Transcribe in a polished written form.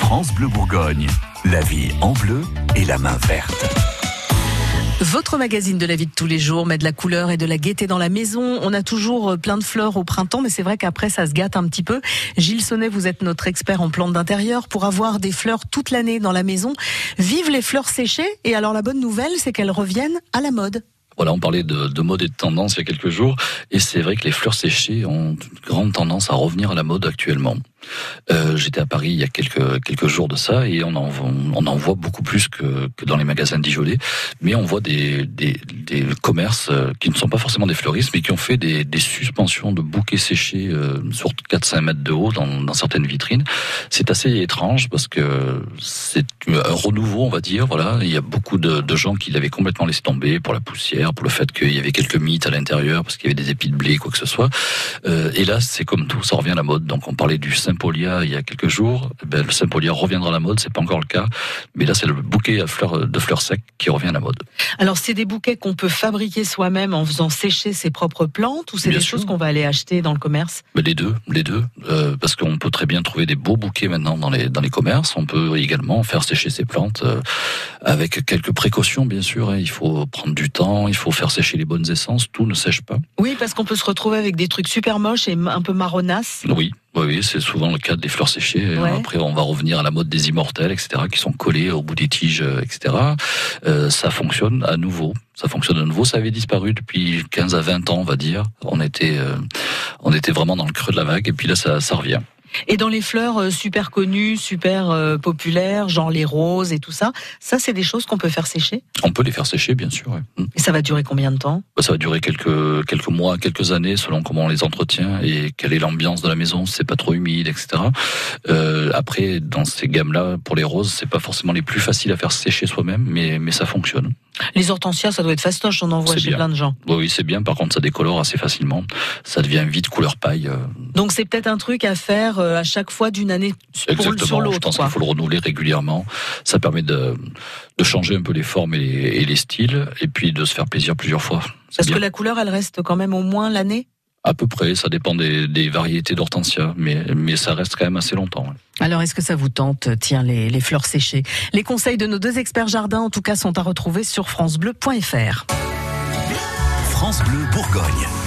France Bleu Bourgogne, la vie en bleu et la main verte. Votre magazine de la vie de tous les jours met de la couleur et de la gaieté dans la maison. On a toujours plein de fleurs au printemps, mais c'est vrai qu'après ça se gâte un petit peu. Gilles Sonnet, vous êtes notre expert en plantes d'intérieur pour avoir des fleurs toute l'année dans la maison. Vive les fleurs séchées, et alors la bonne nouvelle, c'est qu'elles reviennent à la mode. Voilà, on parlait de mode et de tendance il y a quelques jours, et c'est vrai que les fleurs séchées ont une grande tendance à revenir à la mode actuellement. J'étais à Paris il y a quelques jours de ça, et on en voit beaucoup plus que dans les magasins d'Ijolet, mais on voit des commerces qui ne sont pas forcément des fleuristes, mais qui ont fait des suspensions de bouquets séchés sur 4-5 mètres de haut dans certaines vitrines. C'est assez étrange parce que c'est un renouveau, on va dire. Voilà, il y a beaucoup de gens qui l'avaient complètement laissé tomber pour la poussière, pour le fait qu'il y avait quelques mythes à l'intérieur, parce qu'il y avait des épis de blé, quoi que ce soit. Et là, c'est comme tout, ça revient à la mode. Donc on parlait du Saint-Paulia il y a quelques jours. Le Saint-Paulia reviendra à la mode, c'est pas encore le cas, mais là c'est le bouquet de fleurs secs qui revient à la mode. Alors c'est des bouquets qu'on peut fabriquer soi-même en faisant sécher ses propres plantes, ou c'est des choses qu'on va aller acheter dans le commerce? Les deux, parce qu'on peut très bien trouver des beaux bouquets maintenant dans les commerces. On peut également faire sécher ses plantes avec quelques précautions, bien sûr. Il faut prendre du temps, il faut faire sécher les bonnes essences, tout ne sèche pas. Oui, parce qu'on peut se retrouver avec des trucs super moches et un peu marronasses. Oui, c'est souvent le cas des fleurs séchées. Ouais. Après, on va revenir à la mode des immortelles, etc., qui sont collés au bout des tiges, etc. Ça fonctionne à nouveau. Ça avait disparu depuis 15 à 20 ans, on va dire. On était vraiment dans le creux de la vague, et puis là, ça revient. Et dans les fleurs super connues, super populaires, genre les roses et tout ça, c'est des choses qu'on peut faire sécher? On peut les faire sécher, bien sûr. Ouais. Et ça va durer combien de temps? Ça va durer quelques mois, quelques années, selon comment on les entretient et quelle est l'ambiance de la maison, si c'est pas trop humide, etc. Après, dans ces gammes-là, pour les roses, c'est pas forcément les plus faciles à faire sécher soi-même, mais ça fonctionne. Les hortensias, ça doit être fastoche, on en voit chez plein de gens. Oui, c'est bien. Par contre, ça décolore assez facilement. Ça devient vite couleur paille. Donc c'est peut-être un truc à faire à chaque fois d'une année sur l'autre. Je pense qu'il faut le renouveler régulièrement. Ça permet de changer un peu les formes et les styles, et puis de se faire plaisir plusieurs fois. Parce que la couleur, elle reste quand même au moins l'année? À peu près, ça dépend des variétés d'hortensia, mais ça reste quand même assez longtemps. Ouais. Alors, est-ce que ça vous tente, les fleurs séchées? Les conseils de nos deux experts jardins, en tout cas, sont à retrouver sur francebleu.fr. France Bleu Bourgogne.